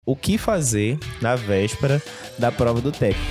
O que fazer na véspera da prova do TEC?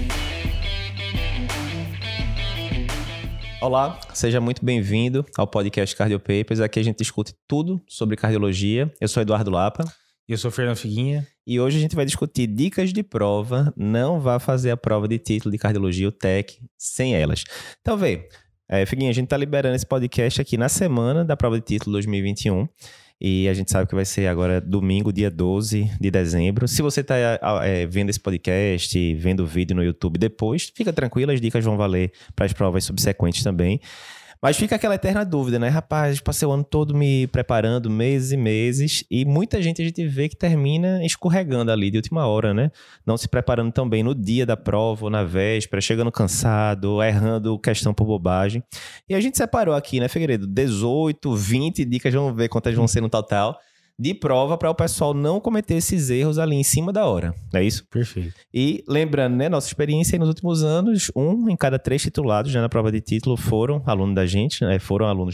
Olá, seja muito bem-vindo ao podcast Cardio Papers. Aqui a gente discute tudo sobre cardiologia. Eu sou Eduardo Lapa. E eu sou Fernando Figuinha. E hoje a gente vai discutir dicas de prova. Não vá fazer a prova de título de cardiologia, o TEC, sem elas. Então, Figuinha, a gente tá liberando esse podcast aqui na semana da prova de título 2021. E a gente sabe que vai ser agora domingo, dia 12 de dezembro. Se você está vendo esse podcast, vendo o vídeo no YouTube depois, fica tranquilo, as dicas vão valer para as provas subsequentes também. Mas fica aquela eterna dúvida, né? Rapaz, passei o ano todo me preparando, meses e meses, e muita gente a gente vê que termina escorregando ali de última hora, né? Não se preparando tão bem no dia da prova ou na véspera, chegando cansado, errando questão por bobagem. E a gente separou aqui, né, Figueiredo? 18, 20 dicas, vamos ver quantas vão ser no total, de prova para o pessoal não cometer esses erros ali em cima da hora, não é isso? Perfeito. E lembrando, né, nossa experiência aí nos últimos anos, 1 em cada 3 titulados já na prova de título foram alunos da gente, né,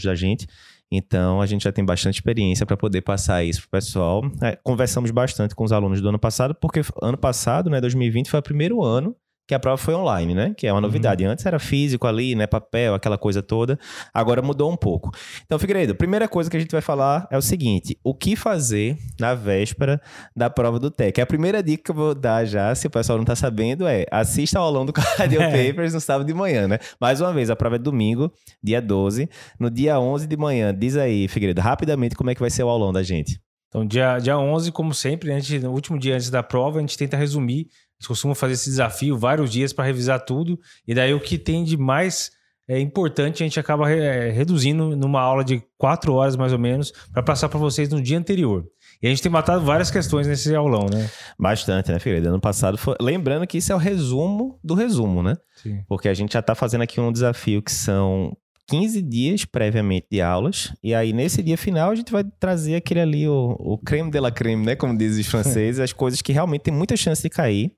então a gente já tem bastante experiência para poder passar isso pro pessoal. Conversamos bastante com os alunos do ano passado, porque ano passado, né, 2020, foi o primeiro ano que a prova foi online, né? Que é uma novidade. Antes era físico ali, né? Papel, aquela coisa toda. Agora mudou um pouco. Então, Figueiredo, a primeira coisa que a gente vai falar é o seguinte. O que fazer na véspera da prova do TEC? A primeira dica que eu vou dar já, se o pessoal não tá sabendo, é assista ao aulão do Cardio Papers no sábado de manhã, né? Mais uma vez, a prova é domingo, dia 12. No dia 11 de manhã, diz aí, Figueiredo, rapidamente como é que vai ser o aulão da gente. Então, dia 11, como sempre, no último dia antes da prova, a gente tenta resumir. A gente costuma fazer esse desafio vários dias para revisar tudo. E daí o que tem de mais importante a gente acaba reduzindo numa aula de 4 horas mais ou menos para passar para vocês no dia anterior. E a gente tem matado várias questões nesse aulão, né? Bastante, né, Figueiredo? Ano passado foi... Lembrando que isso é o resumo do resumo, né? Sim. Porque a gente já está fazendo aqui um desafio que são 15 dias previamente de aulas, e aí nesse dia final a gente vai trazer aquele ali, o creme de la creme, né, como dizem os franceses, as coisas que realmente tem muita chance de cair.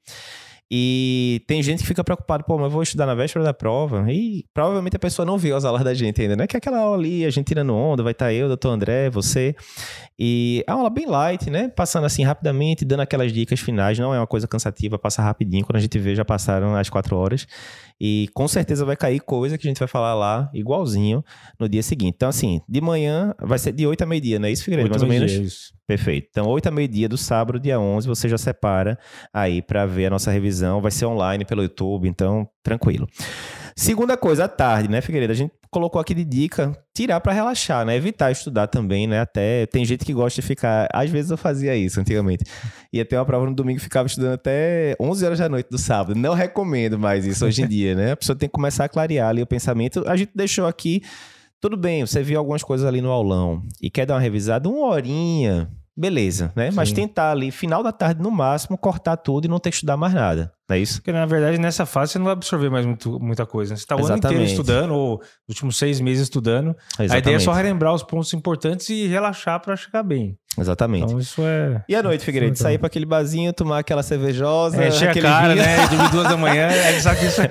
E tem gente que fica preocupado, mas eu vou estudar na véspera da prova, e provavelmente a pessoa não viu as aulas da gente ainda, né, que é aquela aula ali, a gente tirando onda, vai estar eu, doutor André, você, e a aula bem light, né, passando assim rapidamente, dando aquelas dicas finais, não é uma coisa cansativa, passa rapidinho, quando a gente vê já passaram as 4 horas, e com certeza vai cair coisa que a gente vai falar lá igualzinho no dia seguinte. Então assim, de manhã vai ser de 8 a meio-dia, não é isso, Figueiredo? Mais ou menos? Isso. Perfeito. Então, 8 a meio-dia do sábado, dia 11, você já separa aí para ver a nossa revisão. Vai ser online pelo YouTube, então, tranquilo. Segunda coisa, à tarde, né, Figueiredo? A gente colocou aqui de dica, tirar para relaxar, né? Evitar estudar também, né? Até tem gente que gosta de ficar... Às vezes eu fazia isso antigamente. Ia ter uma prova no domingo e ficava estudando até 11 horas da noite do sábado. Não recomendo mais isso hoje em dia, né? A pessoa tem que começar a clarear ali o pensamento. A gente deixou aqui... Tudo bem, você viu algumas coisas ali no aulão e quer dar uma revisada, 1 horinha, beleza, né? Sim. Mas tentar ali, final da tarde no máximo, cortar tudo e não ter que estudar mais nada, não é isso? Porque na verdade nessa fase você não vai absorver mais muita coisa, né? Você está o ano inteiro estudando, ou os últimos 6 meses estudando. Exatamente. A ideia é só relembrar os pontos importantes e relaxar para chegar bem. Exatamente. Então isso é... E à noite, Figueiredo? Sair para aquele barzinho, tomar aquela cervejosa, encher aquele a cara, vinho. né? De 2 da manhã, sabe que isso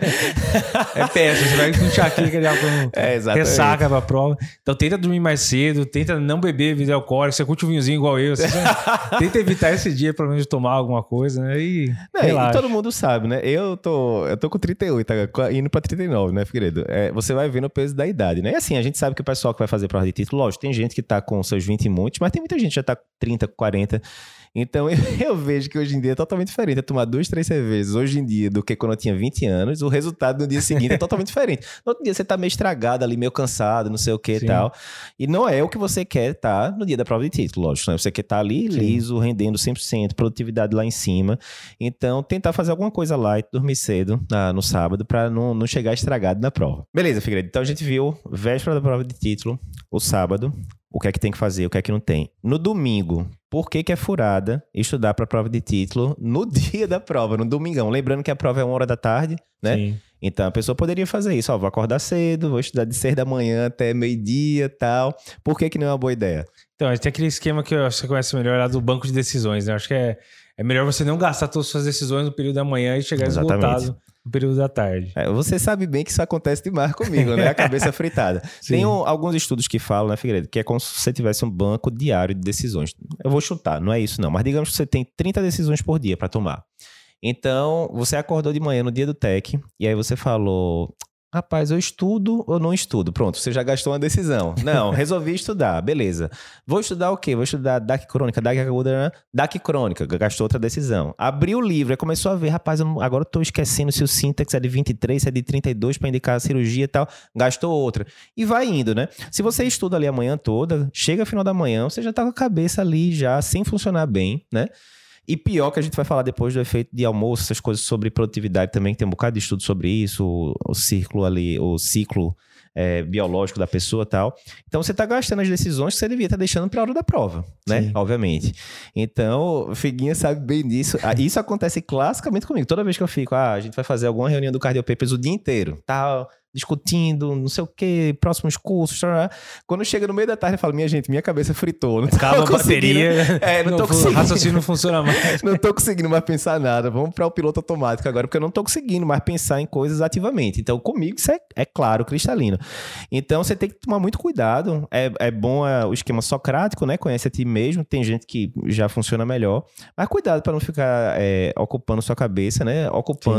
é péssimo. Você vai com enxaqueca, ressaca pra prova. Então tenta dormir mais cedo, tenta não beber bebida alcoólica, você curte um vinhozinho igual eu. Tenta evitar esse dia, pelo menos, de tomar alguma coisa, né? E todo mundo sabe, né? Eu tô com 38, tá indo pra 39, né, Figueiredo? Você vai vendo o peso da idade, né? E assim, a gente sabe que o pessoal que vai fazer prova de título, lógico, tem gente que tá com seus 20 e muitos, mas tem muita gente que já tá 30, 40. Então eu vejo que hoje em dia é totalmente diferente. É tomar 2, 3 cervejas hoje em dia do que quando eu tinha 20 anos. O resultado no dia seguinte é totalmente diferente. No outro dia você tá meio estragado ali, meio cansado, não sei o que e tal. E não é o que você quer estar no dia da prova de título, lógico, né? Você quer estar ali liso, rendendo 100%, produtividade lá em cima. Então tentar fazer alguma coisa light, dormir cedo no sábado pra não chegar estragado na prova. Beleza, Figueiredo. Então a gente viu véspera da prova de título, o sábado. O que é que tem que fazer, o que é que não tem. No domingo, por que é furada estudar para a prova de título no dia da prova, no domingão? Lembrando que a prova é 1 hora da tarde, né? Sim. Então a pessoa poderia fazer isso. Vou acordar cedo, vou estudar de 6 da manhã até meio-dia e tal. Por que não é uma boa ideia? Então, a gente tem aquele esquema que você conhece melhor lá do banco de decisões, né? Acho que é é melhor você não gastar todas as suas decisões no período da manhã e chegar esgotado no período da tarde. Você sabe bem que isso acontece demais comigo, né? A cabeça fritada. Tem alguns estudos que falam, né, Figueiredo, que é como se você tivesse um banco diário de decisões. Eu vou chutar, não é isso não, mas digamos que você tem 30 decisões por dia para tomar. Então, você acordou de manhã no dia do TEC e aí você falou... Rapaz, eu estudo ou não estudo? Pronto, você já gastou uma decisão. Não, resolvi estudar, beleza. Vou estudar o quê? Vou estudar DAC crônica, DAC crônica, gastou outra decisão. Abriu o livro, aí começou a ver, rapaz, agora eu tô esquecendo se o síntese é de 23, se é de 32 para indicar a cirurgia e tal. Gastou outra. E vai indo, né? Se você estuda ali a manhã toda, chega ao final da manhã, você já tá com a cabeça ali já sem funcionar bem, né? E pior que a gente vai falar depois do efeito de almoço, essas coisas sobre produtividade também, que tem um bocado de estudo sobre isso, o ciclo biológico da pessoa e tal. Então, você está gastando as decisões que você devia estar deixando para a hora da prova, né? Sim. Obviamente. Então, Figuinha sabe bem disso. Isso acontece classicamente comigo. Toda vez que eu fico, a gente vai fazer alguma reunião do Cardiopapers o dia inteiro, tal... discutindo, não sei o que, próximos cursos, quando chega no meio da tarde eu falo, minha gente, minha cabeça fritou, não acaba a bateria, não tô conseguindo, o raciocínio não funciona mais. Não tô conseguindo mais pensar nada, vamos para o piloto automático agora, porque eu não tô conseguindo mais pensar em coisas ativamente. Então comigo isso é claro, cristalino. Então você tem que tomar muito cuidado, é bom o esquema socrático, né, conhece a ti mesmo, tem gente que já funciona melhor, mas cuidado para não ficar ocupando sua cabeça, né,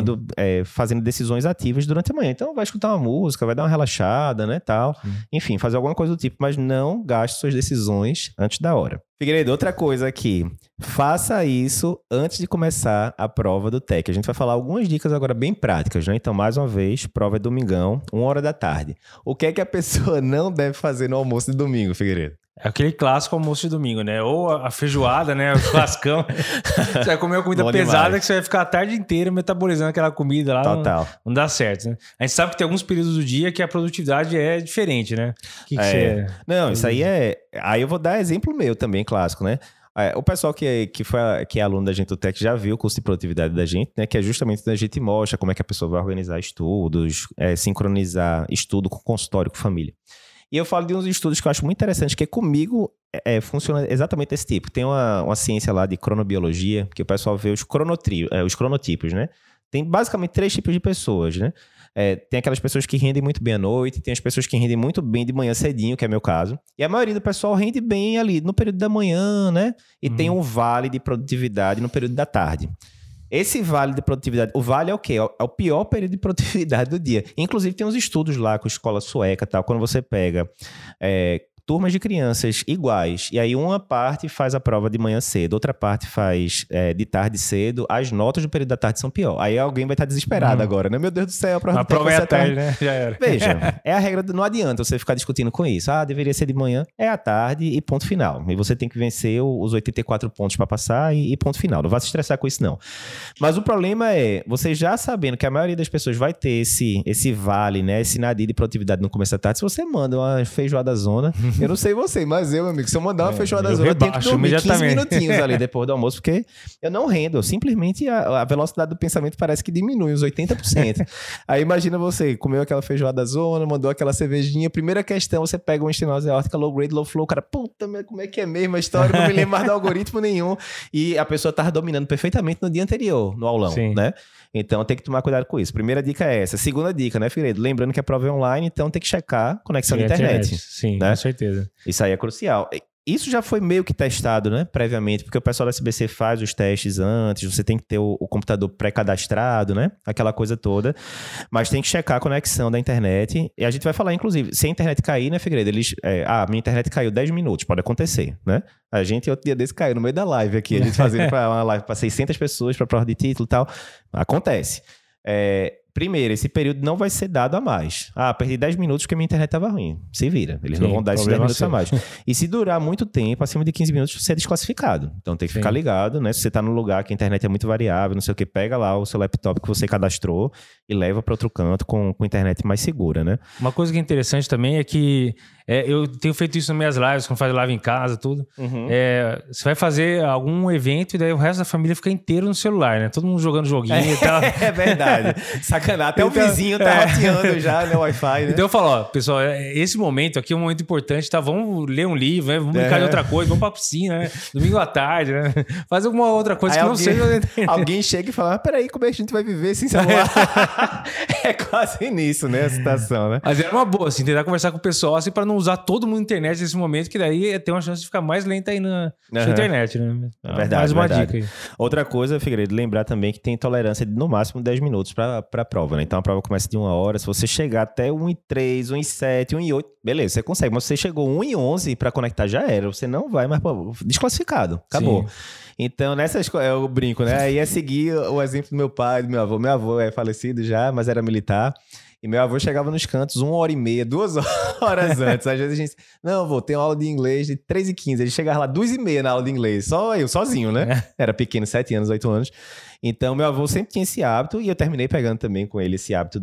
fazendo decisões ativas durante a manhã. Então vai escutar uma música, vai dar uma relaxada, né, tal. Enfim, fazer alguma coisa do tipo, mas não gaste suas decisões antes da hora. Figueiredo, outra coisa aqui, faça isso antes de começar a prova do TEC. A gente vai falar algumas dicas agora bem práticas, né? Então, mais uma vez, prova é domingão, 1h da tarde. O que é que a pessoa não deve fazer no almoço de domingo, Figueiredo? É aquele clássico almoço de domingo, né? Ou a feijoada, né? O churrascão. Você vai comer uma comida Bom pesada demais. Que você vai ficar a tarde inteira metabolizando aquela comida lá. Total. Não dá certo, né? A gente sabe que tem alguns períodos do dia que a produtividade é diferente, né? Que você... Não, isso aí Aí eu vou dar exemplo meu também, clássico, né? O pessoal que é aluno da gente do TEC já viu o curso de produtividade da gente, né? Que é justamente onde a gente mostra como é que a pessoa vai organizar estudos, sincronizar estudo com consultório, com família. E eu falo de uns estudos que eu acho muito interessantes, que comigo funciona exatamente desse tipo. Tem uma ciência lá de cronobiologia, que o pessoal vê os cronotipos, né? Tem basicamente 3 tipos de pessoas, né? Tem aquelas pessoas que rendem muito bem à noite, tem as pessoas que rendem muito bem de manhã cedinho, que é meu caso. E a maioria do pessoal rende bem ali no período da manhã, né? E tem um vale de produtividade no período da tarde. Esse vale de produtividade, o vale é o quê? É o pior período de produtividade do dia. Inclusive, tem uns estudos lá com a escola sueca e tal, quando você pega turmas de crianças iguais, e aí uma parte faz a prova de manhã cedo, outra parte faz de tarde cedo, as notas do período da tarde são pior. Aí alguém vai estar desesperado agora, né? Meu Deus do céu, a prova é à tarde, né? Já era. Veja, é a regra, não adianta você ficar discutindo com isso. Deveria ser de manhã, é à tarde e ponto final. E você tem que vencer os 84 pontos para passar e ponto final. Não vá se estressar com isso, não. Mas o problema é, você já sabendo que a maioria das pessoas vai ter esse vale, né? Esse nadir de produtividade no começo da tarde, se você manda uma feijoada zona, eu não sei você, mas meu amigo, se eu mandar uma feijoada zona, eu tenho que dormir 15 minutinhos ali depois do almoço, porque eu não rendo. Simplesmente a velocidade do pensamento parece que diminui uns 80%. Aí imagina você, comeu aquela feijoada zona, mandou aquela cervejinha, primeira questão, você pega uma estenose aórtica, low grade, low flow, cara, puta, como é que é mesmo a história? Não me lembro mais do algoritmo nenhum. E a pessoa tava dominando perfeitamente no dia anterior, no aulão, né? Então tem que tomar cuidado com isso. Primeira dica é essa. Segunda dica, né, Figueiredo? Lembrando que a prova é online, então tem que checar a conexão de internet. Sim, né? Com certeza. Isso aí é crucial. Isso já foi meio que testado, né, previamente, porque o pessoal da SBC faz os testes antes, você tem que ter o computador pré-cadastrado, né, aquela coisa toda, mas tem que checar a conexão da internet, e a gente vai falar, inclusive, se a internet cair, né, Figueiredo, minha internet caiu 10 minutos, pode acontecer, né, a gente outro dia desse caiu no meio da live aqui, a gente fazendo uma live para 600 pessoas, para prova de título e tal, acontece. Primeiro, esse período não vai ser dado a mais. Perdi 10 minutos porque minha internet estava ruim. Se vira. Eles não vão dar esses 10 minutos a mais. E se durar muito tempo, acima de 15 minutos, você é desclassificado. Então tem que ficar ligado, né? Se você está num lugar que a internet é muito variável, não sei o que, pega lá o seu laptop que você cadastrou e leva para outro canto com internet mais segura, né? Uma coisa que é interessante também é que eu tenho feito isso nas minhas lives, quando faz live em casa, tudo. Você vai fazer algum evento e daí o resto da família fica inteiro no celular, né? Todo mundo jogando joguinho e tal. É verdade. Sacanagem. sacanagem. Até o vizinho tá roteando já, né? O Wi-Fi, né? Então eu falo, ó, pessoal, esse momento aqui é um momento importante, tá? Vamos ler um livro, né? Vamos brincar de outra coisa, vamos pra piscina, né? Domingo à tarde, né? Faz alguma outra coisa Aí que não seja... Alguém chega e fala, mas peraí, como é que a gente vai viver sem celular? É quase nisso, né? A situação, né? Mas era uma boa, assim, tentar conversar com o pessoal, assim, pra não usar todo mundo na internet nesse momento, que daí tem uma chance de ficar mais lenta aí na internet, né? Verdade, mais uma verdade. dica aí. Outra coisa, Figueiredo, lembrar também que tem tolerância de no máximo 10 minutos pra prova, né? Então a prova começa de 1 hora. Se você chegar até 1:03, 1:07, 1:08, beleza, você consegue. Mas se você chegou 1:11 pra conectar, já era. Você não vai mais, pô, desclassificado. Acabou. Sim. Então, eu brinco, né? Aí é seguir o exemplo do meu pai, do meu avô. Meu avô é falecido já, mas era militar. E meu avô chegava nos cantos 1h30, 2 horas antes. Às vezes a gente... Não, avô, tem uma aula de inglês de 3h15. Ele chegava lá 2h30 na aula de inglês. Só eu, sozinho, né? Era pequeno, 7 anos, 8 anos. Então, meu avô sempre tinha esse hábito. E eu terminei pegando também com ele esse hábito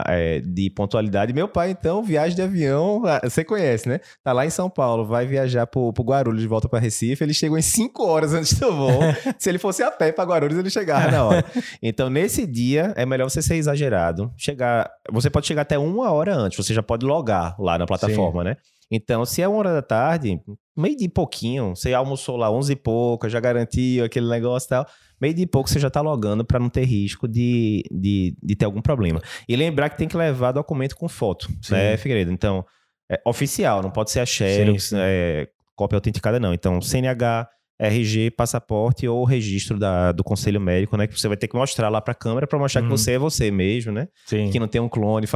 de pontualidade. E meu pai, então, viagem de avião... Você conhece, né? Tá lá em São Paulo, vai viajar pro Guarulhos de volta pra Recife. Ele chegou em 5 horas antes do voo. Se ele fosse a pé pra Guarulhos, ele chegava na hora. Então, nesse dia, é melhor você ser exagerado. Você pode chegar até 1 hora antes. Você já pode logar lá na plataforma, né? Então, se é 1 hora da tarde, meio de pouquinho, você almoçou lá 11 e pouca, já garantiu aquele negócio e tal, meio de pouco você já tá logando para não ter risco de ter algum problema. E lembrar que tem que levar documento com foto, né, Figueiredo? Então, oficial, não pode ser a Xerox, cópia autenticada não. Então, CNH, RG, passaporte ou registro do conselho médico, né? Que você vai ter que mostrar lá pra câmera pra mostrar que você é você mesmo, né? Sim. Que não tem um clone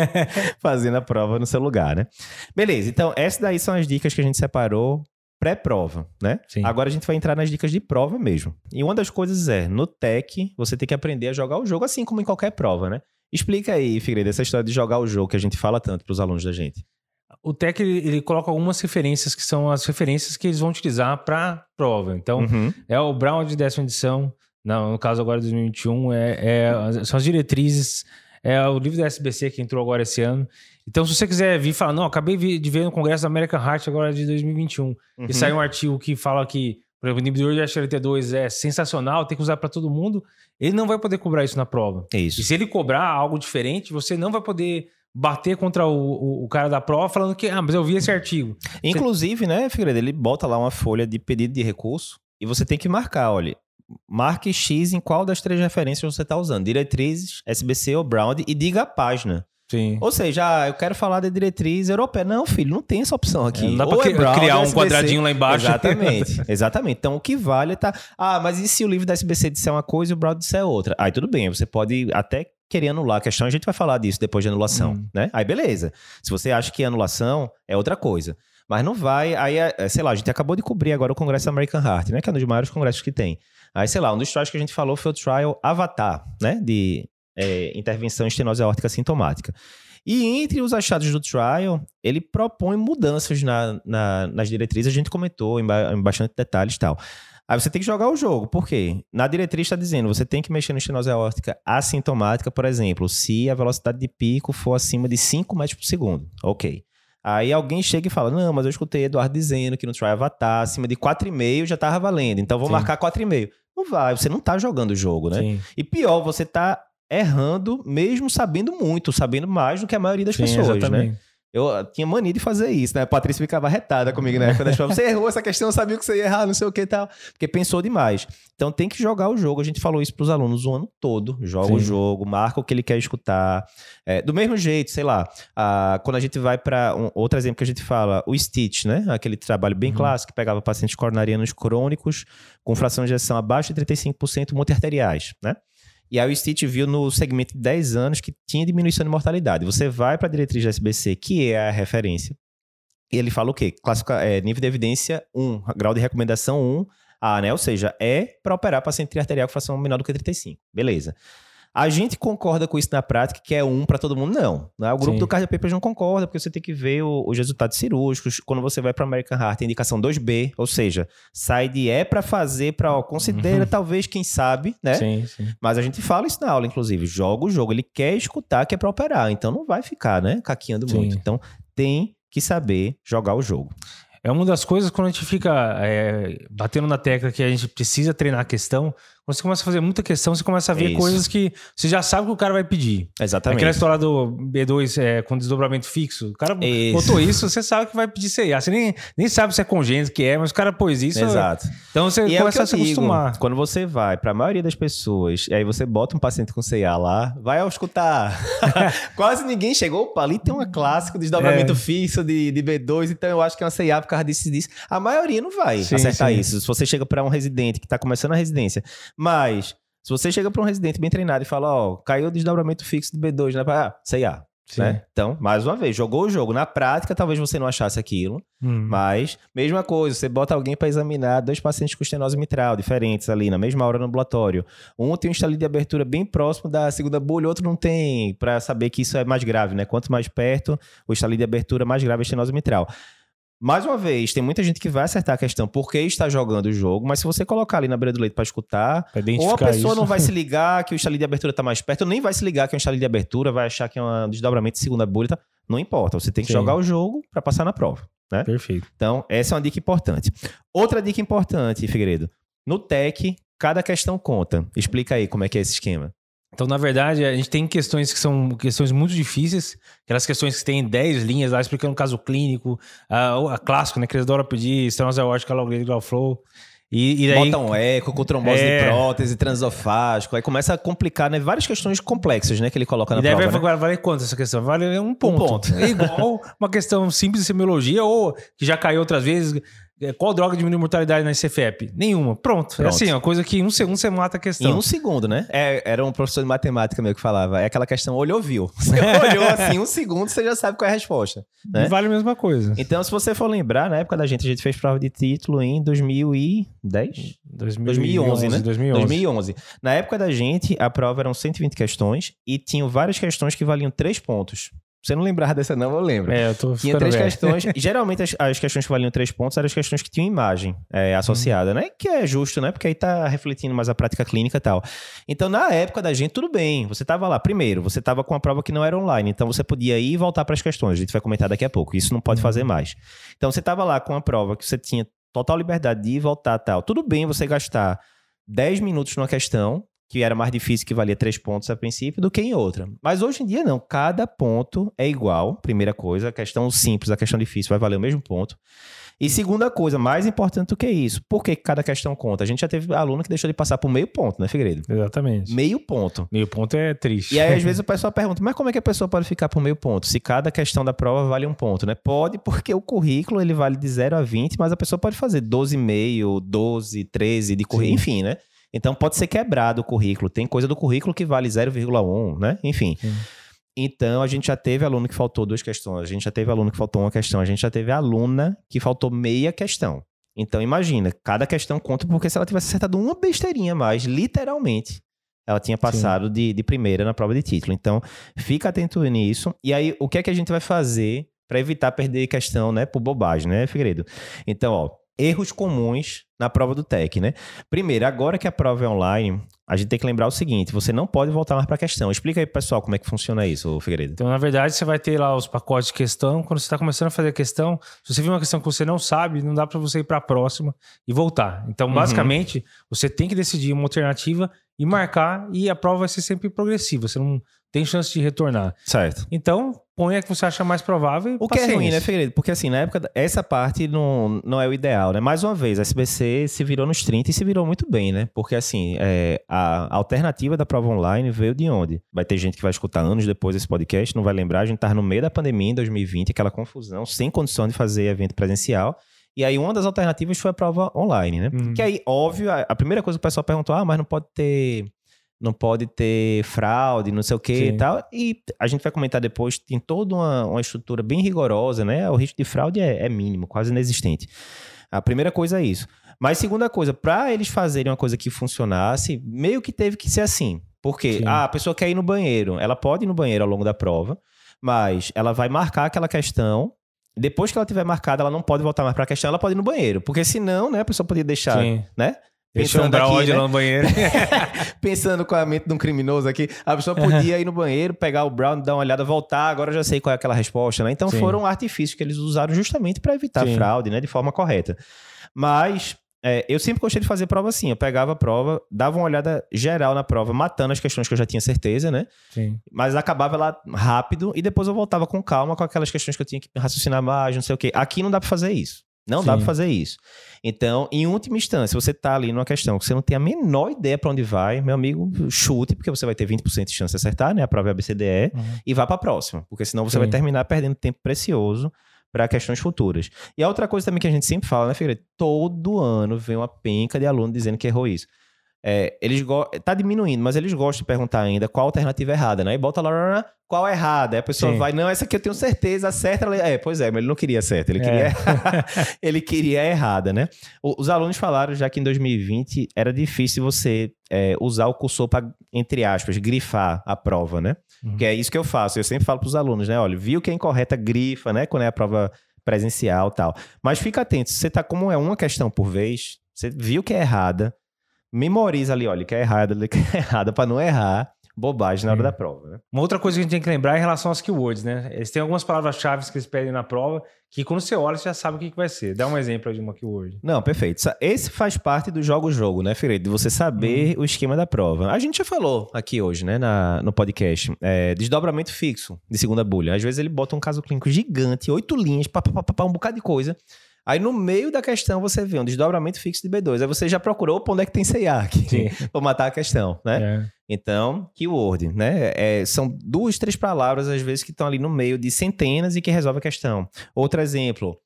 fazendo a prova no seu lugar, né? Beleza, então essas daí são as dicas que a gente separou pré-prova, né? Sim. Agora a gente vai entrar nas dicas de prova mesmo. E uma das coisas no TEC, você tem que aprender a jogar o jogo assim como em qualquer prova, né? Explica aí, Figueiredo, essa história de jogar o jogo que a gente fala tanto pros alunos da gente. O TEC, ele coloca algumas referências que são as referências que eles vão utilizar para prova. Então, é o Brown de 10ª edição, no caso agora de 2021, são as diretrizes, é o livro da SBC que entrou agora esse ano. Então, se você quiser vir e falar, não, acabei de ver no Congresso da American Heart agora de 2021, e sai um artigo que fala que, por exemplo, o inibidor de SGLT2 é sensacional, tem que usar para todo mundo, ele não vai poder cobrar isso na prova. Isso. E se ele cobrar algo diferente, você não vai poder bater contra o cara da prova falando que, mas eu vi esse artigo. Inclusive, né, Figueiredo, ele bota lá uma folha de pedido de recurso e você tem que marcar, olha, marque X em qual das 3 referências você está usando, diretrizes, SBC ou Brown, e diga a página. Sim. Ou seja, eu quero falar da diretriz europeia. Não, filho, não tem essa opção aqui. Não dá pra criar um quadradinho lá embaixo. Exatamente. Então, o que vale tá... mas e se o livro da SBC disser uma coisa e o Brown disser outra? Aí tudo bem, você pode até querer anular a questão, a gente vai falar disso depois de anulação, né? Aí beleza. Se você acha que anulação é outra coisa. Mas não vai... Aí, sei lá, a gente acabou de cobrir agora o Congresso da American Heart, né? Que é um dos maiores congressos que tem. Aí, sei lá, um dos trials que a gente falou foi o trial Avatar, né? De intervenção em estenose aórtica sintomática. E entre os achados do trial, ele propõe mudanças nas diretrizes, a gente comentou em bastante detalhes e tal. Aí você tem que jogar o jogo. Por quê? Na diretriz está dizendo, você tem que mexer na estenose aórtica assintomática, por exemplo, se a velocidade de pico for acima de 5 metros por segundo. Ok. Aí alguém chega e fala, não, mas eu escutei Eduardo dizendo que no trial Avatar, acima de 4,5 já estava valendo, então vou marcar 4,5. Não vai, você não está jogando o jogo, né? Sim. E pior, você está errando mesmo sabendo muito, sabendo mais do que a maioria das pessoas, exatamente, né? Eu tinha mania de fazer isso, né? A Patrícia ficava retada comigo na época das provas. Você errou essa questão, sabia que você ia errar, não sei o que e tal. Porque pensou demais. Então tem que jogar o jogo. A gente falou isso pros alunos o ano todo. Joga o jogo, marca o que ele quer escutar. Do mesmo jeito, sei lá, quando a gente vai para outro exemplo que a gente fala, o Stitch, né? Aquele trabalho bem clássico que pegava pacientes coronarianos crônicos com fração de ejeção abaixo de 35% multiarteriais, né? E aí o Stitch viu no segmento de 10 anos que tinha diminuição de mortalidade. Você vai para a diretriz da SBC, que é a referência, e ele fala o quê? Nível de evidência 1, grau de recomendação 1A, né? Ou seja, para operar paciente triarterial com fração menor do que 35. Beleza. A gente concorda com isso na prática, que é 1 para todo mundo? Não. O grupo do Cardio Papers não concorda, porque você tem que ver os resultados cirúrgicos. Quando você vai para American Heart, tem indicação 2B, ou seja, sai de para fazer para considera, talvez, quem sabe, né? Sim. Mas a gente fala isso na aula, inclusive. Joga o jogo, ele quer escutar, que é para operar. Então não vai ficar, né, caqueando muito. Então tem que saber jogar o jogo. É uma das coisas quando a gente fica batendo na tecla que a gente precisa treinar a questão. Quando você começa a fazer muita questão, você começa a ver coisas que você já sabe que o cara vai pedir. Exatamente. Aquela história do B2 com desdobramento fixo. O cara botou isso, você sabe que vai pedir CIA. Você nem sabe se é congênito que é, mas o cara pôs isso. Exato. Então você começa a se acostumar. Quando você vai, pra maioria das pessoas, e aí você bota um paciente com CIA lá, vai escutar. Quase ninguém chegou. Opa, ali tem uma clássica, desdobramento fixo de B2, então eu acho que é uma CIA por causa disso. A maioria não vai acertar isso. Se você chega pra um residente que tá começando a residência, mas se você chega pra um residente bem treinado e fala, ó, caiu o desdobramento fixo de B2, né? CIA. Né? Então, mais uma vez, jogou o jogo. Na prática, talvez você não achasse aquilo, mas mesma coisa, você bota alguém para examinar 2 pacientes com estenose mitral diferentes ali, na mesma hora no ambulatório. Um tem um estalinho de abertura bem próximo da segunda bolha, outro não tem, para saber que isso é mais grave, né? Quanto mais perto o estalinho de abertura, mais grave a estenose mitral. Mais uma vez, tem muita gente que vai acertar a questão porque está jogando o jogo, mas se você colocar ali na beira do leito para escutar, ou a pessoa não vai se ligar que o estalinho de abertura está mais perto, ou nem vai se ligar que é um estalinho de abertura, vai achar que é um desdobramento de segunda bolha, tá? Não importa, você tem que jogar o jogo para passar na prova, né? Perfeito. Então, essa é uma dica importante. Outra dica importante, Figueiredo, no TEC, cada questão conta. Explica aí como é que é esse esquema. Então, na verdade, a gente tem questões que são questões muito difíceis, aquelas questões que tem 10 linhas lá explicando o caso clínico, a clássico, né, que eles adoram pedir, estenose aórtica, low flow. E daí, bota um eco com trombose de prótese, transofágico, aí começa a complicar, né, várias questões complexas, né, que ele coloca na prova. E daí vai valer quanto essa questão? Vale um ponto. É igual uma questão simples de semiologia ou que já caiu outras vezes. Qual droga diminui a mortalidade na ICFEP? Nenhuma. Pronto. É assim, uma coisa que em um segundo você mata a questão. Em um segundo, né? Era um professor de matemática meu que falava. É aquela questão olhou, viu. Você olhou assim, um segundo, você já sabe qual é a resposta. Né? E vale a mesma coisa. Então, se você for lembrar, na época da gente, a gente fez prova de título em 2010? 2011, né? 2011. Na época da gente, a prova eram 120 questões e tinham várias questões que valiam 3 pontos. Você não lembrava dessa não, eu lembro. Eu tô ficando Tinha 3 questões. Geralmente as questões que valiam 3 pontos eram as questões que tinham imagem associada, né? Que é justo, né? Porque aí tá refletindo mais a prática clínica e tal. Então, na época da gente, tudo bem. Você tava lá. Primeiro, você tava com a prova que não era online. Então, você podia ir e voltar para as questões. A gente vai comentar daqui a pouco. Isso não pode fazer mais. Então, você tava lá com a prova que você tinha total liberdade de ir e voltar e tal. Tudo bem você gastar 10 minutos numa questão que era mais difícil, que valia 3 pontos a princípio, do que em outra. Mas hoje em dia não, cada ponto é igual, primeira coisa, a questão simples, a questão difícil vai valer o mesmo ponto. E segunda coisa, mais importante do que isso, por que cada questão conta? A gente já teve aluno que deixou de passar por meio ponto, né, Figueiredo? Exatamente. Meio ponto. Meio ponto é triste. E aí, às vezes, o pessoal pergunta, mas como é que a pessoa pode ficar por meio ponto? Se cada questão da prova vale 1 ponto, né? Pode, porque o currículo, ele vale de 0 a 20, mas a pessoa pode fazer 12,5, 12, 13 de currículo, enfim, né? Então, pode ser quebrado o currículo. Tem coisa do currículo que vale 0,1, né? Enfim. Então, a gente já teve aluno que faltou 2 questões. A gente já teve aluno que faltou 1 questão. A gente já teve aluna que faltou meia questão. Então, imagina, cada questão conta, porque se ela tivesse acertado uma besteirinha a mais, literalmente, ela tinha passado de primeira na prova de título. Então, fica atento nisso. E aí, o que é que a gente vai fazer para evitar perder questão, né, por bobagem, né, Figueiredo? Então, ó, erros comuns na prova do TEC, né? Primeiro, agora que a prova é online, a gente tem que lembrar o seguinte, você não pode voltar mais para a questão. Explica aí pro pessoal como é que funciona isso, Figueiredo. Então, na verdade, você vai ter lá os pacotes de questão. Quando você está começando a fazer a questão, se você viu uma questão que você não sabe, não dá para você ir para a próxima e voltar. Então, basicamente, você tem que decidir uma alternativa e marcar, e a prova vai ser sempre progressiva. Você não tem chance de retornar. Certo. Então, põe a que você acha mais provável. O que é ruim, né, Figueiredo? Porque assim, na época, essa parte não é o ideal, né? Mais uma vez, a SBC se virou nos 30 e se virou muito bem, né? Porque assim, a alternativa da prova online veio de onde? Vai ter gente que vai escutar anos depois desse podcast, não vai lembrar, a gente tava no meio da pandemia em 2020, aquela confusão, sem condição de fazer evento presencial. E aí, uma das alternativas foi a prova online, né? Que aí, óbvio, a primeira coisa que o pessoal perguntou, mas não pode ter fraude, não sei o que e tal. E a gente vai comentar depois, tem toda uma estrutura bem rigorosa, né? O risco de fraude é mínimo, quase inexistente. A primeira coisa é isso. Mas segunda coisa, para eles fazerem uma coisa que funcionasse, meio que teve que ser assim. Porque a pessoa quer ir no banheiro, ela pode ir no banheiro ao longo da prova, mas ela vai marcar aquela questão. Depois que ela tiver marcada, ela não pode voltar mais para a questão, ela pode ir no banheiro. Porque senão, né, a pessoa poderia deixar, né? Deixou um brownie lá no banheiro. Pensando com a mente de um criminoso aqui, a pessoa podia ir no banheiro, pegar o brownie, dar uma olhada, voltar, agora eu já sei qual é aquela resposta, né? Então foram artifícios que eles usaram justamente para evitar fraude, né? De forma correta. Mas eu sempre gostei de fazer prova assim. Eu pegava a prova, dava uma olhada geral na prova, matando as questões que eu já tinha certeza, né? Sim. Mas acabava lá rápido e depois eu voltava com calma com aquelas questões que eu tinha que raciocinar mais, não sei o quê. Aqui não dá pra fazer isso. Não dá pra fazer isso. Então, em última instância, você tá ali numa questão que você não tem a menor ideia pra onde vai, meu amigo, chute, porque você vai ter 20% de chance de acertar, né? A prova é ABCDE, e vá pra próxima. Porque senão você vai terminar perdendo tempo precioso para questões futuras. E a outra coisa também que a gente sempre fala, né, Figueiredo? Todo ano vem uma penca de aluno dizendo que errou isso. Tá diminuindo, mas eles gostam de perguntar ainda qual a alternativa errada, né? E bota lá, qual é errada? Aí a pessoa vai, não, essa aqui eu tenho certeza, acerta. Pois é, mas ele não queria certa, ele queria ele queria errada, né? Os alunos falaram já que em 2020 era difícil você usar o cursor para, entre aspas, grifar a prova, né? Que é isso que eu faço, eu sempre falo para os alunos, né? Olha, viu que é incorreta, grifa, né? Quando é a prova presencial e tal. Mas fica atento, se você tá como é uma questão por vez, você viu que é errada, memoriza ali, olha, que é errada, para não errar bobagem na hora da prova, né? Uma outra coisa que a gente tem que lembrar é em relação aos keywords, né? Eles têm algumas palavras-chave que eles pedem na prova que quando você olha, você já sabe o que vai ser. Dá um exemplo de uma keyword. Não, perfeito. Esse faz parte do jogo-jogo, né, Figueiredo? De você saber o esquema da prova. A gente já falou aqui hoje, né, no podcast, desdobramento fixo de segunda bulha. Às vezes ele bota um caso clínico gigante, 8 linhas, um bocado de coisa. Aí no meio da questão você vê um desdobramento fixo de B2. Aí você já procurou onde é que tem CA aqui para matar a questão, né? Então, keyword, né? São 2, 3 palavras às vezes que estão ali no meio de centenas e que resolve a questão. Outro exemplo,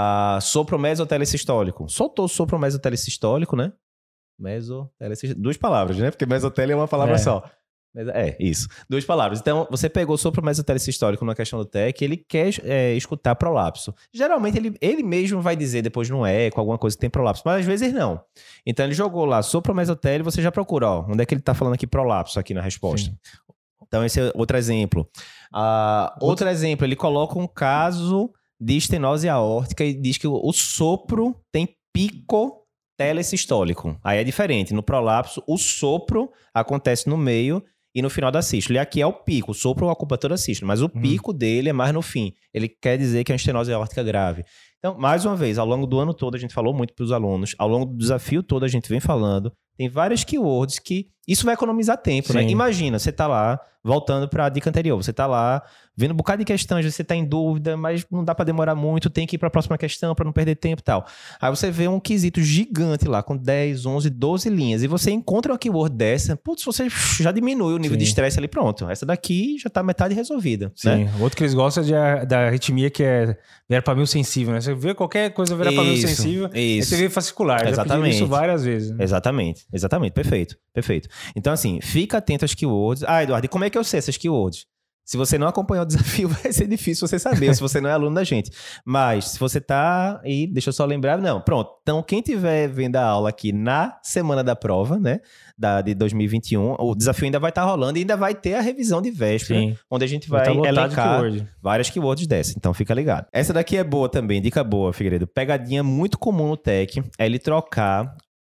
sopro mesotelesistólico. Soltou sopro mesotelesistólico, né? Mesotelesistólico. 2 palavras, né? Porque mesotele é uma palavra só. Isso. 2 palavras. Então, você pegou sopro mesotelesistólico na questão do TEC, ele quer escutar prolapso. Geralmente, ele mesmo vai dizer depois no eco, alguma coisa que tem prolapso, mas às vezes não. Então, ele jogou lá sopro mesotele, você já procura, onde é que ele tá falando aqui prolapso aqui na resposta. Sim. Então, esse é outro exemplo. Outro exemplo, ele coloca um caso de estenose aórtica e diz que o sopro tem pico telesistólico. Aí é diferente. No prolapso, o sopro acontece no meio e no final da sístole. E aqui é o pico. O sopro ocupa toda a sístole, mas o pico dele é mais no fim. Ele quer dizer que é uma estenose aórtica grave. Então, mais uma vez, ao longo do ano todo, a gente falou muito para os alunos. Ao longo do desafio todo, a gente vem falando. Tem várias keywords que isso vai economizar tempo, né? Imagina, você tá lá, voltando para a dica anterior, você tá lá, vendo um bocado de questões, você tá em dúvida, mas não dá para demorar muito, tem que ir para a próxima questão para não perder tempo e tal. Aí você vê um quesito gigante lá, com 10, 11, 12 linhas, e você encontra uma keyword dessa, putz, você já diminui o nível de estresse ali, pronto. Essa daqui já tá metade resolvida, né? O outro que eles gostam é da arritmia, que é verapamil sensível, né? Você vê qualquer coisa verapamil sensível, aí você vê fascicular. Exatamente. Já isso várias vezes. Né? Exatamente. Perfeito. Então, assim, fica atento às keywords. Eduardo, e como é que eu sei essas keywords? Se você não acompanhou o desafio, vai ser difícil você saber, se você não é aluno da gente. Mas, se você tá... E deixa eu só lembrar... Não, pronto. Então, quem tiver vendo a aula aqui na semana da prova, né? De 2021, o desafio ainda vai estar rolando e ainda vai ter a revisão de véspera, onde a gente vai elencar várias keywords dessas. Então, fica ligado. Essa daqui é boa também, dica boa, Figueiredo. Pegadinha muito comum no TEC é ele trocar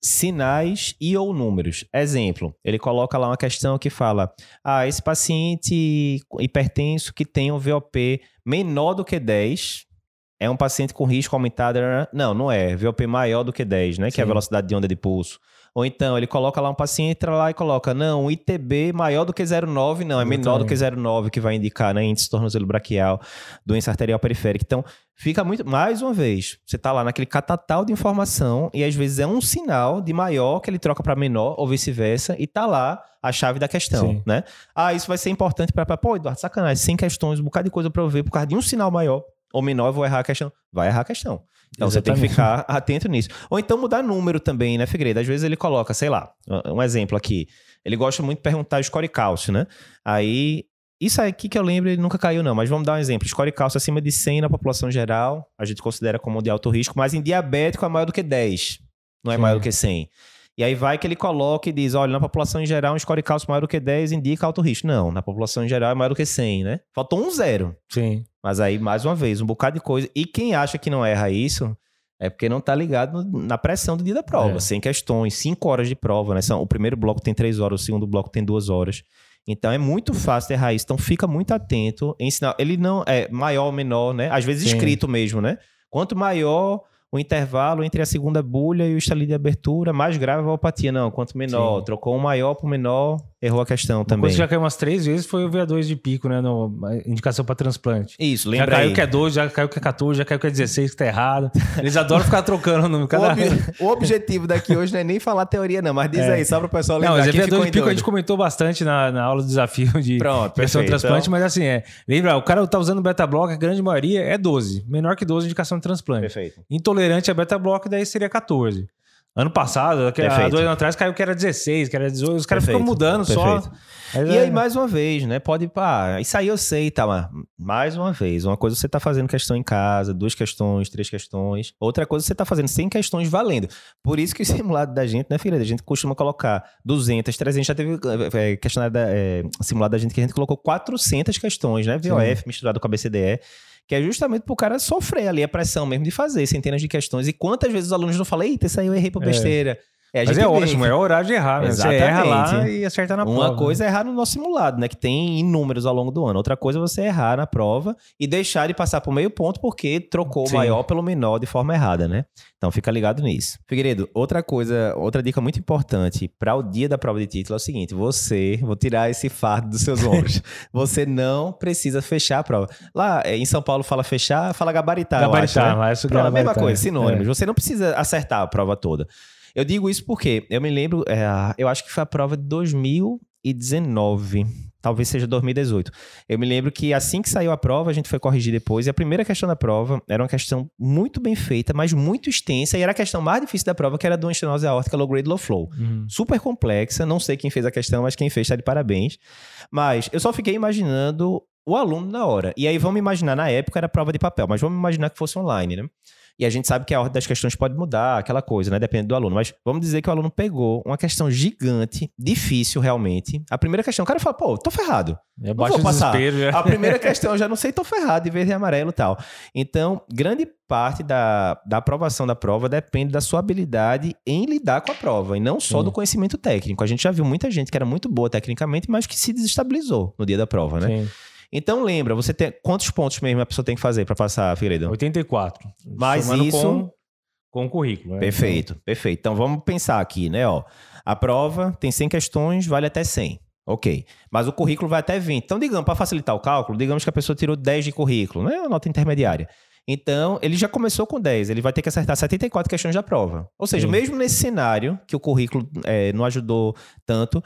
sinais e ou números. Exemplo, ele coloca lá uma questão que fala: esse paciente hipertenso que tem um VOP menor do que 10 é um paciente com risco aumentado. Não é. VOP maior do que 10, né? Que é a velocidade de onda de pulso. Ou então, ele coloca lá um paciente, entra lá e coloca, não, ITB maior do que 0,9, não, é menor do que 0,9, que vai indicar, né, índice tornozelo braquial, doença arterial periférica. Então, fica muito, mais uma vez, você tá lá naquele catatal de informação e às vezes é um sinal de maior que ele troca para menor ou vice-versa e tá lá a chave da questão, né? Isso vai ser importante para pô, Eduardo, sacanagem, 100 questões, um bocado de coisa para eu ver, por causa de um sinal maior ou menor, eu vou errar a questão. Vai errar a questão. Então, você tem que ficar atento nisso. Ou então mudar número também, né, Figueiredo? Às vezes ele coloca, sei lá, um exemplo aqui. Ele gosta muito de perguntar score cálcio, né? Aí, isso aqui que eu lembro, ele nunca caiu não, mas vamos dar um exemplo. Score cálcio acima de 100 na população geral, a gente considera como de alto risco, mas em diabético é maior do que 10, não é maior do que 100. E aí vai que ele coloca e diz, olha, na população em geral, um score cálcio maior do que 10 indica alto risco. Não, na população em geral é maior do que 100, né? Faltou um 0. Sim. Mas aí, mais uma vez, um bocado de coisa. E quem acha que não erra isso, É porque não tá ligado na pressão do dia da prova. 100 questões, 5 horas de prova, né? O primeiro bloco tem 3 horas, o segundo bloco tem 2 horas. Então é muito fácil errar isso. Então fica muito atento em ensinar. Ele não é maior ou menor, né? Às vezes escrito mesmo, né? Quanto maior o intervalo entre a segunda bulha e o estalinho de abertura, mais grave a valvopatia. Não, quanto menor. Sim. Trocou um maior por menor, errou a questão também. Coisa que já caiu umas 3 vezes foi o VA2 de pico, né? Indicação para transplante. Isso, lembra já caiu aí. Que é 12, já caiu que é 14, já caiu que é 16, que tá errado. Eles adoram ficar trocando o número. O objetivo daqui hoje não é nem falar teoria, não. Mas diz aí, só para o pessoal lembrar. Não, mas VA2 de pico a gente comentou bastante na aula do desafio de questão de transplante, então... mas assim, lembra, o cara tá usando beta-block, a grande maioria é 12. Menor que 12 indicação de transplante. Perfeito. Intolerante a beta-block, daí seria 14. Ano passado, há 2 anos atrás, caiu que era 16, que era 18. Os caras ficam mudando só. E aí, mais uma vez, né? Pode, isso aí eu sei, tá? Mas mais uma vez, uma coisa você tá fazendo questão em casa, 2 questões, 3 questões. Outra coisa você tá fazendo 100 questões valendo. Por isso que o simulado da gente, né, filha? A gente costuma colocar 200, 300. Já teve questionário simulado da gente que a gente colocou 400 questões, né? VOF misturado com a BCDE. Que é justamente pro cara sofrer ali a pressão mesmo de fazer centenas de questões. E quantas vezes os alunos não falam, eita, isso aí eu errei por besteira. Mas é ótimo, é o horário de errar, né? Exatamente. Você erra lá e acerta na prova. Uma coisa é errar no nosso simulado, né? Que tem inúmeros ao longo do ano. Outra coisa é você errar na prova e deixar de passar por meio ponto porque trocou o maior pelo menor de forma errada, né? Então fica ligado nisso. Figueiredo, outra dica muito importante para o dia da prova de título é o seguinte: vou tirar esse fardo dos seus ombros. Você não precisa fechar a prova. Lá em São Paulo fala fechar, fala gabaritar. Gabaritar, acho, né? A mesma coisa, sinônimos. Você não precisa acertar a prova toda. Eu digo isso porque eu me lembro, eu acho que foi a prova de 2019, talvez seja 2018. Eu me lembro que assim que saiu a prova, a gente foi corrigir depois, e a primeira questão da prova era uma questão muito bem feita, mas muito extensa, e era a questão mais difícil da prova, que era de uma estenose aórtica low grade low flow. Super complexa, não sei quem fez a questão, mas quem fez está de parabéns. Mas eu só fiquei imaginando o aluno na hora. E aí vamos imaginar, na época era prova de papel, mas vamos imaginar que fosse online, né? E a gente sabe que a ordem das questões pode mudar, aquela coisa, né? Depende do aluno. Mas vamos dizer que o aluno pegou uma questão gigante, difícil realmente. A primeira questão, o cara fala, tô ferrado. Não vou passar. A primeira questão eu já não sei, tô ferrado, de verde e amarelo e tal. Então, grande parte da aprovação da prova depende da sua habilidade em lidar com a prova. E não só do conhecimento técnico. A gente já viu muita gente que era muito boa tecnicamente, mas que se desestabilizou no dia da prova, né? Sim. Então lembra, você tem quantos pontos mesmo a pessoa tem que fazer para passar, Figueiredo? 84. Mas isso com o currículo. Né? Perfeito. Então vamos pensar aqui, né? A prova tem 100 questões, vale até 100. Ok. Mas o currículo vai até 20. Então, digamos, para facilitar o cálculo, digamos que a pessoa tirou 10 de currículo, né? Uma nota intermediária. Então, ele já começou com 10. Ele vai ter que acertar 74 questões da prova. Ou seja, mesmo nesse cenário, que o currículo não ajudou tanto,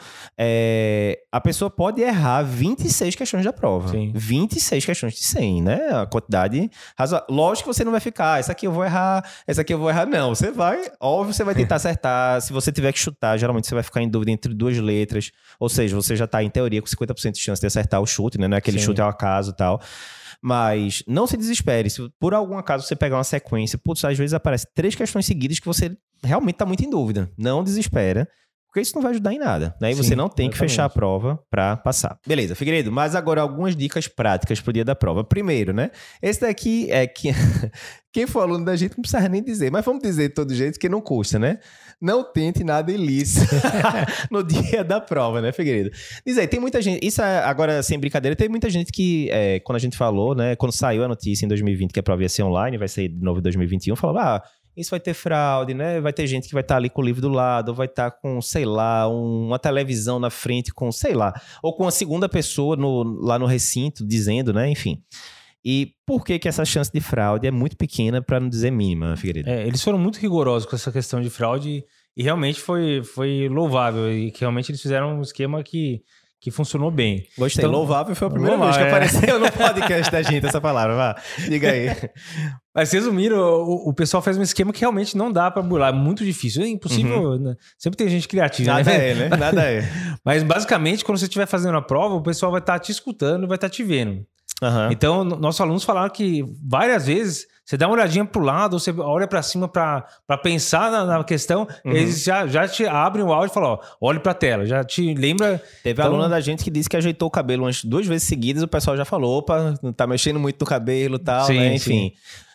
a pessoa pode errar 26 questões da prova. Sim. 26 questões de 100, né? A quantidade razoável. Lógico que você não vai ficar, essa aqui eu vou errar, essa aqui eu vou errar. Não, você vai tentar acertar. Se você tiver que chutar, geralmente você vai ficar em dúvida entre 2 letras. Ou seja, você já está, em teoria, com 50% de chance de acertar o chute, né? Não é aquele chute ao acaso e tal. Mas não se desespere. Se por algum acaso você pegar uma sequência, às vezes aparece 3 questões seguidas que você realmente está muito em dúvida. Não desespera, porque isso não vai ajudar em nada, né? E você não tem que fechar a prova para passar. Beleza, Figueiredo, mas agora algumas dicas práticas pro dia da prova. Primeiro, né? Esse daqui é que quem for aluno da gente não precisa nem dizer, mas vamos dizer de todo jeito que não custa, né? Não tente nada ilícito no dia da prova, né, Figueiredo? Diz aí, tem muita gente, isso agora sem brincadeira, tem muita gente que, quando a gente falou, né, quando saiu a notícia em 2020 que a prova ia ser online, vai sair de novo em 2021, falava, isso vai ter fraude, né? Vai ter gente que vai estar ali com o livro do lado, ou vai estar com, sei lá, uma televisão na frente com, sei lá, ou com a segunda pessoa lá no recinto dizendo, né? Enfim. E por que essa chance de fraude é muito pequena, para não dizer mínima, Figueiredo? Eles foram muito rigorosos com essa questão de fraude e realmente foi louvável. E que realmente eles fizeram um esquema que funcionou bem. Gostei. Então, louvável foi a primeira vez que apareceu no podcast da gente essa palavra. Vá, diga aí. Mas resumindo, o pessoal fez um esquema que realmente não dá pra burlar. É muito difícil. É impossível. Né? Sempre tem gente criativa. Nada né? Nada é. Mas basicamente, quando você estiver fazendo a prova, o pessoal vai estar te escutando e vai estar te vendo. Então, nossos alunos falaram que várias vezes você dá uma olhadinha pro lado, ou você olha pra cima pra pensar na questão, eles já te abrem o áudio e falam, olhe pra tela, já te lembra... Teve aluna da gente que disse que ajeitou o cabelo umas 2 vezes seguidas, o pessoal já falou, opa, tá mexendo muito no cabelo e tal, sim, né? Enfim... Sim.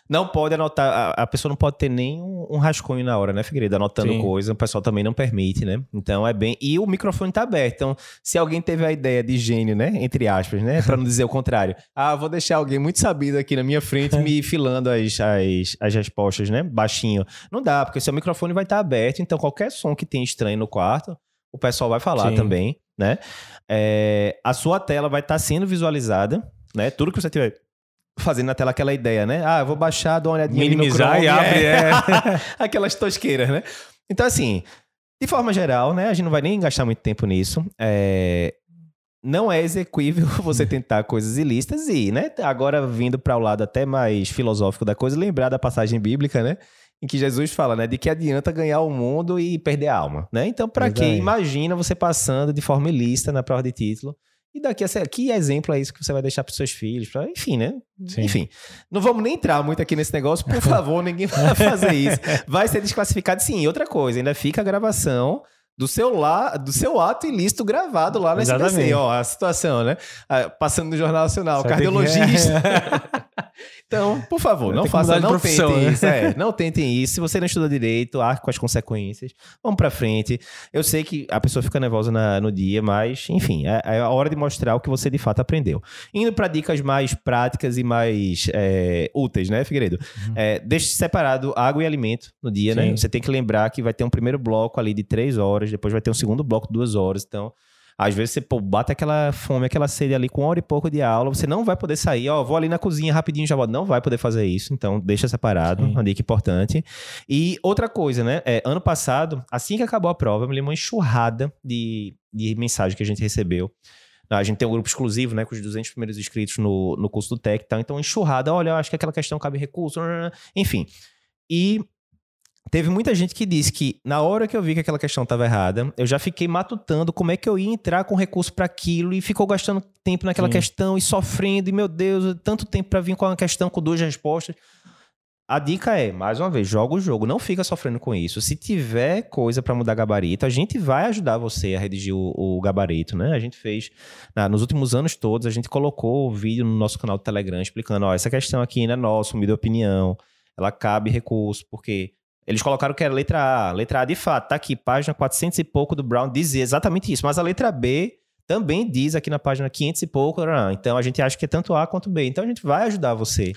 Não pode anotar, a pessoa não pode ter nem um rascunho na hora, né, Figueiredo? Anotando Sim. coisa, o pessoal também não permite, né? Então é bem... E o microfone tá aberto, então se alguém teve a ideia de gênio, né, entre aspas, né, pra não dizer o contrário, vou deixar alguém muito sabido aqui na minha frente me filando as respostas, né, baixinho. Não dá, porque seu microfone vai estar aberto, então qualquer som que tem estranho no quarto, o pessoal vai falar Sim. também, né? A sua tela vai estar sendo visualizada, né? Tudo que você tiver fazendo na tela aquela ideia, né? Eu vou baixar, dou uma olhadinha minimizar no Chrome, e abre, aquelas tosqueiras, né? Então, assim, de forma geral, né? A gente não vai nem gastar muito tempo nisso. Não é execuível você tentar coisas ilícitas e, né? Agora, vindo para o lado até mais filosófico da coisa, lembrar da passagem bíblica, né? Em que Jesus fala, né? De que adianta ganhar o mundo e perder a alma, né? Então, para que? Imagina você passando de forma ilícita na prova de título. E daqui a que exemplo é isso que você vai deixar para os seus filhos? Enfim, né? Sim. Enfim, não vamos nem entrar muito aqui nesse negócio, por favor, ninguém vai fazer isso. Vai ser desclassificado, sim. E outra coisa, ainda fica a gravação do seu ato ilícito gravado lá na SBC. Ó, a situação, né? Passando no Jornal Nacional, cardiologista. Então, por favor, não façam, não tentem isso. Não tentem isso. Se você não estuda direito, arque com as consequências. Vamos pra frente. Eu sei que a pessoa fica nervosa no dia, mas, enfim, é a hora de mostrar o que você de fato aprendeu. Indo pra dicas mais práticas e mais úteis, né, Figueiredo? Deixe separado água e alimento no dia, né? Você tem que lembrar que vai ter um primeiro bloco ali de 3 horas, depois vai ter um segundo bloco de 2 horas. Então, às vezes você bate aquela fome, aquela sede ali com 1 hora e pouco de aula, você não vai poder sair, vou ali na cozinha rapidinho, já volto. Não vai poder fazer isso, então deixa separado, uma dica importante. E outra coisa, né, ano passado, assim que acabou a prova, eu me lembro uma enxurrada de mensagem que a gente recebeu. A gente tem um grupo exclusivo, né, com os 200 primeiros inscritos no curso do TEC, tá? Então enxurrada, olha, eu acho que aquela questão cabe recurso, enfim. E teve muita gente que disse que na hora que eu vi que aquela questão estava errada, eu já fiquei matutando como é que eu ia entrar com recurso para aquilo e ficou gastando tempo naquela questão e sofrendo, e meu Deus, tanto tempo para vir com uma questão com 2 respostas. A dica é, mais uma vez, joga o jogo, não fica sofrendo com isso. Se tiver coisa para mudar gabarito, a gente vai ajudar você a redigir o gabarito, né? A gente fez, nos últimos anos todos, a gente colocou o vídeo no nosso canal do Telegram explicando, essa questão aqui não é nossa, me deu opinião, ela cabe recurso, porque eles colocaram que era letra A. Letra A, de fato, tá aqui, página 400 e pouco do Brown, dizia exatamente isso. Mas a letra B também diz aqui na página 500 e pouco. Então, a gente acha que é tanto A quanto B. Então, a gente vai ajudar você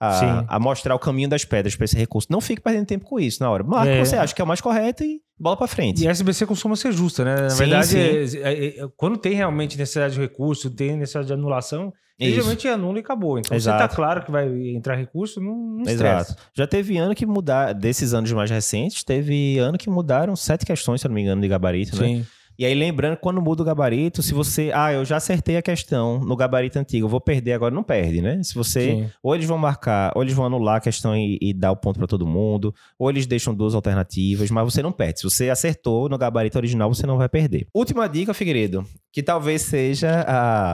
a mostrar o caminho das pedras para esse recurso. Não fique perdendo tempo com isso na hora. Marca o que você acha que é o mais correto e bola para frente. E a SBC costuma ser justa, né? Na verdade, quando tem realmente necessidade de recurso, tem necessidade de anulação, geralmente anula e acabou. Então, se tá claro que vai entrar recurso, não estressa. Já teve ano que mudar, desses anos mais recentes, teve ano que mudaram 7 questões, se eu não me engano, de gabarito, né? E aí, lembrando, quando muda o gabarito, se você... eu já acertei a questão no gabarito antigo, eu vou perder agora, não perde, né? Se você... Ou eles vão marcar, ou eles vão anular a questão e dar o ponto para todo mundo, ou eles deixam 2 alternativas, mas você não perde. Se você acertou no gabarito original, você não vai perder. Última dica, Figueiredo, que talvez seja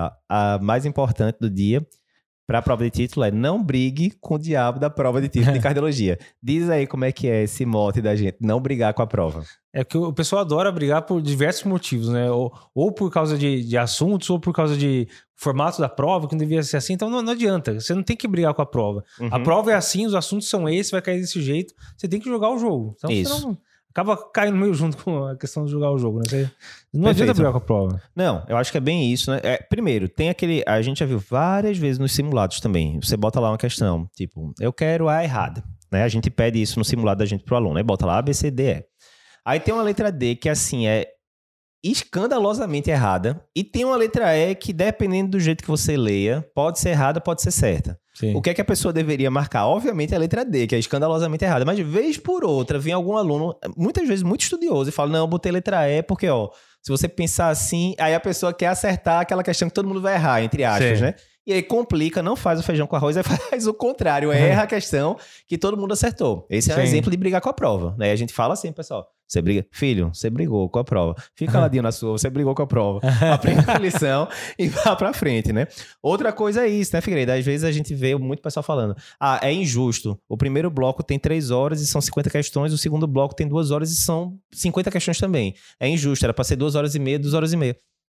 a mais importante do dia para a prova de título é não brigue com o diabo da prova de título de cardiologia. Diz aí como é que é esse mote da gente, não brigar com a prova. É que o pessoal adora brigar por diversos motivos, né? Ou por causa de assuntos, ou por causa de formato da prova, que não devia ser assim. Então não adianta, você não tem que brigar com a prova. A prova é assim, os assuntos são esses, vai cair desse jeito. Você tem que jogar o jogo. Então você não... acaba caindo meio junto com a questão de jogar o jogo, né? Não adianta brigar com a prova. Não, eu acho que é bem isso, né? Primeiro, tem aquele... A gente já viu várias vezes nos simulados também. Você bota lá uma questão, tipo, eu quero a errada, né? A gente pede isso no simulado da gente pro aluno, né? Bota lá A, B, C, D, E. Aí tem uma letra D que, assim, é escandalosamente errada. E tem uma letra E que, dependendo do jeito que você leia, pode ser errada, pode ser certa. Sim. O que é que a pessoa deveria marcar? Obviamente é a letra D, que é escandalosamente errada. Mas, vez por outra, vem algum aluno, muitas vezes muito estudioso, e fala, não, eu botei letra E porque, se você pensar assim, aí a pessoa quer acertar aquela questão que todo mundo vai errar, entre aspas, né? E aí complica, não faz o feijão com arroz, aí faz o contrário, erra a questão que todo mundo acertou. Esse é um exemplo de brigar com a prova, né? A gente fala assim, pessoal, você briga, filho, você brigou com a prova, fica caladinho na sua, você brigou com a prova, aprenda a lição e vá pra frente, né? Outra coisa é isso, né, Figueiredo? Às vezes a gente vê muito pessoal falando, é injusto, o primeiro bloco tem 3 horas e são 50 questões, o segundo bloco tem 2 horas e são 50 questões também. É injusto, era pra ser 2 horas e meia, 2 horas e meia.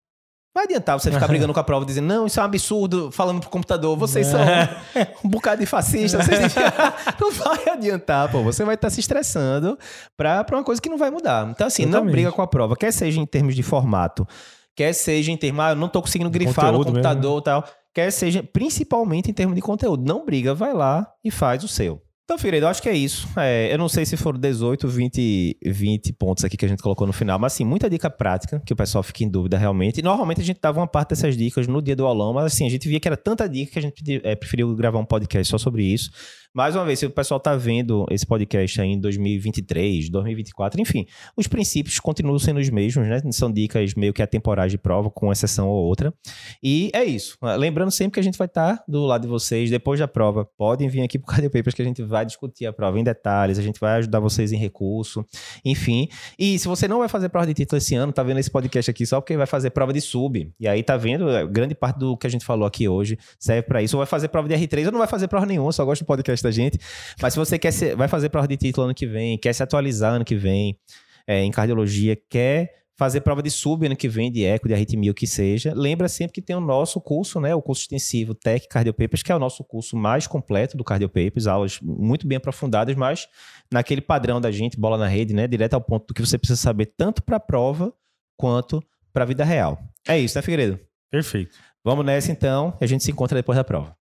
Vai adiantar você ficar brigando com a prova, dizendo, não, isso é um absurdo, falando pro computador, vocês são um bocado de fascistas, não vai adiantar, pô. Você vai estar se estressando pra uma coisa que não vai mudar. Então, assim, não briga com a prova, quer seja em termos de formato, quer seja em termos, eu não tô conseguindo grifar no computador e tal, quer seja principalmente em termos de conteúdo. Não briga, vai lá e faz o seu. Então, Figueiredo, eu acho que é isso. Eu não sei se foram 18, 20 pontos aqui que a gente colocou no final, mas assim, muita dica prática que o pessoal fica em dúvida realmente. E normalmente a gente dava uma parte dessas dicas no dia do aulão, mas assim, a gente via que era tanta dica que a gente preferiu gravar um podcast só sobre isso. Mais uma vez, se o pessoal tá vendo esse podcast aí em 2023, 2024, enfim, os princípios continuam sendo os mesmos, né? São dicas meio que atemporais de prova, com exceção ou outra. E é isso. Lembrando sempre que a gente vai estar do lado de vocês depois da prova. Podem vir aqui pro Cardio Papers que a gente vai discutir a prova em detalhes, a gente vai ajudar vocês em recurso, enfim. E se você não vai fazer prova de título esse ano, tá vendo esse podcast aqui só porque vai fazer prova de sub. E aí tá vendo, grande parte do que a gente falou aqui hoje serve pra isso. Ou vai fazer prova de R3 ou não vai fazer prova nenhuma, só gosto do podcast da gente. Mas se você vai fazer prova de título ano que vem, quer se atualizar ano que vem em cardiologia, quer fazer prova de sub ano que vem, de eco, de arritmia, o que seja, lembra sempre que tem o nosso curso, né? O curso extensivo Tech Cardio Papers, que é o nosso curso mais completo do Cardio Papers, aulas muito bem aprofundadas, mas naquele padrão da gente, bola na rede, né? Direto ao ponto do que você precisa saber tanto para a prova quanto para a vida real. É isso, né, Figueiredo? Perfeito. Vamos nessa então, e a gente se encontra depois da prova.